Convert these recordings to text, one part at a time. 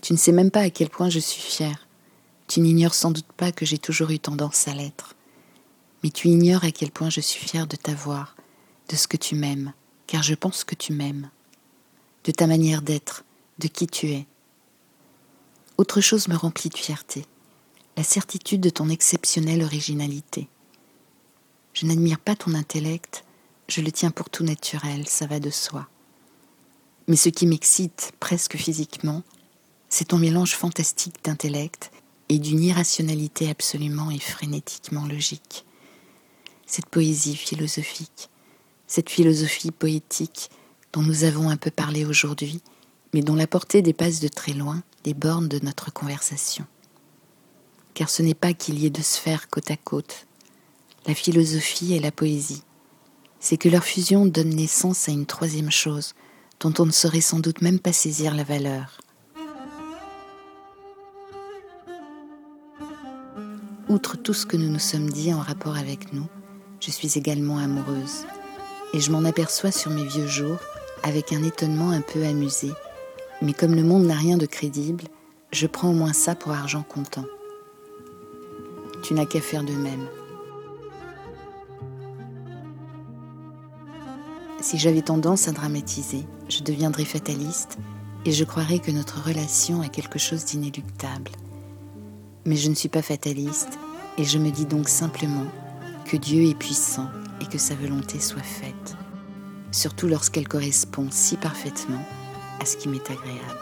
Tu ne sais même pas à quel point je suis fière. Tu n'ignores sans doute pas que j'ai toujours eu tendance à l'être. Mais tu ignores à quel point je suis fière de t'avoir, de ce que tu m'aimes, car je pense que tu m'aimes, de ta manière d'être, de qui tu es. Autre chose me remplit de fierté, la certitude de ton exceptionnelle originalité. Je n'admire pas ton intellect, je le tiens pour tout naturel, ça va de soi. Mais ce qui m'excite, presque physiquement, c'est ton mélange fantastique d'intellect et d'une irrationalité absolument et frénétiquement logique. Cette poésie philosophique, cette philosophie poétique dont nous avons un peu parlé aujourd'hui, mais dont la portée dépasse de très loin les bornes de notre conversation. Car ce n'est pas qu'il y ait deux sphères côte à côte, la philosophie et la poésie. C'est que leur fusion donne naissance à une troisième chose, dont on ne saurait sans doute même pas saisir la valeur. Outre tout ce que nous nous sommes dit en rapport avec nous, je suis également amoureuse. Et je m'en aperçois sur mes vieux jours avec un étonnement un peu amusé. Mais comme le monde n'a rien de crédible, je prends au moins ça pour argent comptant. Tu n'as qu'à faire de même. Si j'avais tendance à dramatiser, je deviendrais fataliste et je croirais que notre relation a quelque chose d'inéluctable. Mais je ne suis pas fataliste et je me dis donc simplement que Dieu est puissant et que sa volonté soit faite, surtout lorsqu'elle correspond si parfaitement à ce qui m'est agréable.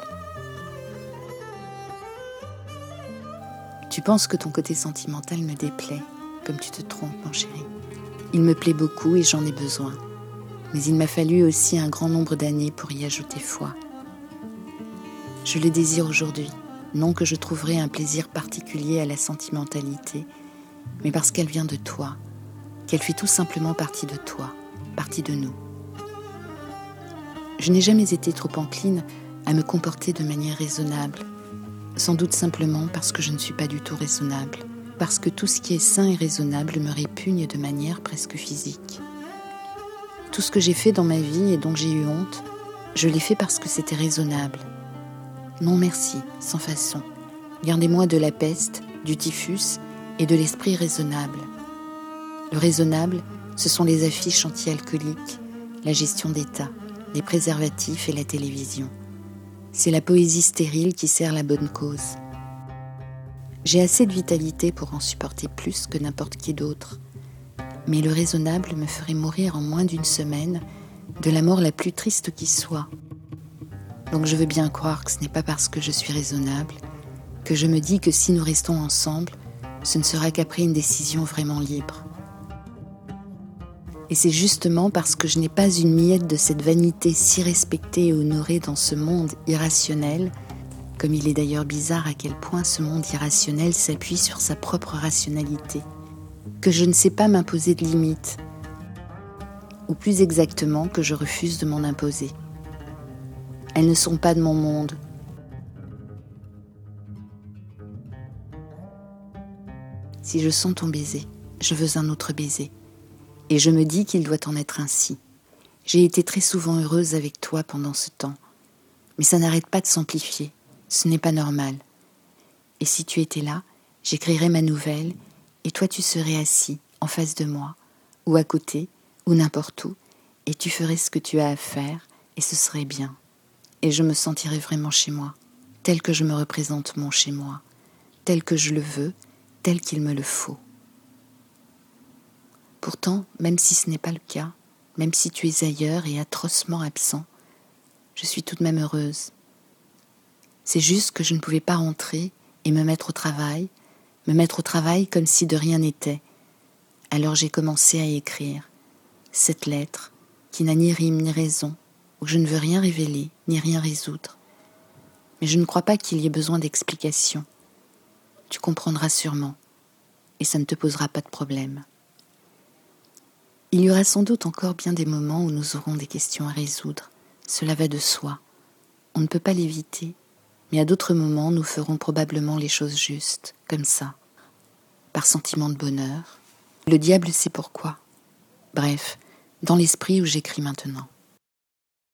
Tu penses que ton côté sentimental me déplaît, comme tu te trompes, mon chéri. Il me plaît beaucoup et j'en ai besoin. Mais il m'a fallu aussi un grand nombre d'années pour y ajouter foi. Je le désire aujourd'hui, non que je trouverai un plaisir particulier à la sentimentalité, mais parce qu'elle vient de toi, qu'elle fait tout simplement partie de toi, partie de nous. Je n'ai jamais été trop encline à me comporter de manière raisonnable, sans doute simplement parce que je ne suis pas du tout raisonnable, parce que tout ce qui est sain et raisonnable me répugne de manière presque physique. Tout ce que j'ai fait dans ma vie et dont j'ai eu honte, je l'ai fait parce que c'était raisonnable. Non merci, sans façon. Gardez-moi de la peste, du typhus et de l'esprit raisonnable. Le raisonnable, ce sont les affiches anti-alcooliques, la gestion d'État, les préservatifs et la télévision. C'est la poésie stérile qui sert la bonne cause. J'ai assez de vitalité pour en supporter plus que n'importe qui d'autre. Mais le raisonnable me ferait mourir en moins d'une semaine de la mort la plus triste qui soit. Donc je veux bien croire que ce n'est pas parce que je suis raisonnable que je me dis que si nous restons ensemble, ce ne sera qu'après une décision vraiment libre. Et c'est justement parce que je n'ai pas une miette de cette vanité si respectée et honorée dans ce monde irrationnel, comme il est d'ailleurs bizarre à quel point ce monde irrationnel s'appuie sur sa propre rationalité, que je ne sais pas m'imposer de limites, ou plus exactement que je refuse de m'en imposer. Elles ne sont pas de mon monde. Si je sens ton baiser, je veux un autre baiser. Et je me dis qu'il doit en être ainsi. J'ai été très souvent heureuse avec toi pendant ce temps. Mais ça n'arrête pas de s'amplifier. Ce n'est pas normal. Et si tu étais là, j'écrirais ma nouvelle, et toi tu serais assis, en face de moi, ou à côté, ou n'importe où, et tu ferais ce que tu as à faire, et ce serait bien. Et je me sentirais vraiment chez moi, tel que je me représente mon chez moi, tel que je le veux, tel qu'il me le faut. Pourtant, même si ce n'est pas le cas, même si tu es ailleurs et atrocement absent, je suis tout de même heureuse. C'est juste que je ne pouvais pas rentrer et me mettre au travail comme si de rien n'était. Alors j'ai commencé à écrire cette lettre qui n'a ni rime ni raison, où je ne veux rien révéler ni rien résoudre. Mais je ne crois pas qu'il y ait besoin d'explication. Tu comprendras sûrement, et ça ne te posera pas de problème. Il y aura sans doute encore bien des moments où nous aurons des questions à résoudre. Cela va de soi. On ne peut pas l'éviter, mais à d'autres moments, nous ferons probablement les choses justes, comme ça, par sentiment de bonheur. Le diable sait pourquoi. Bref, dans l'esprit où j'écris maintenant.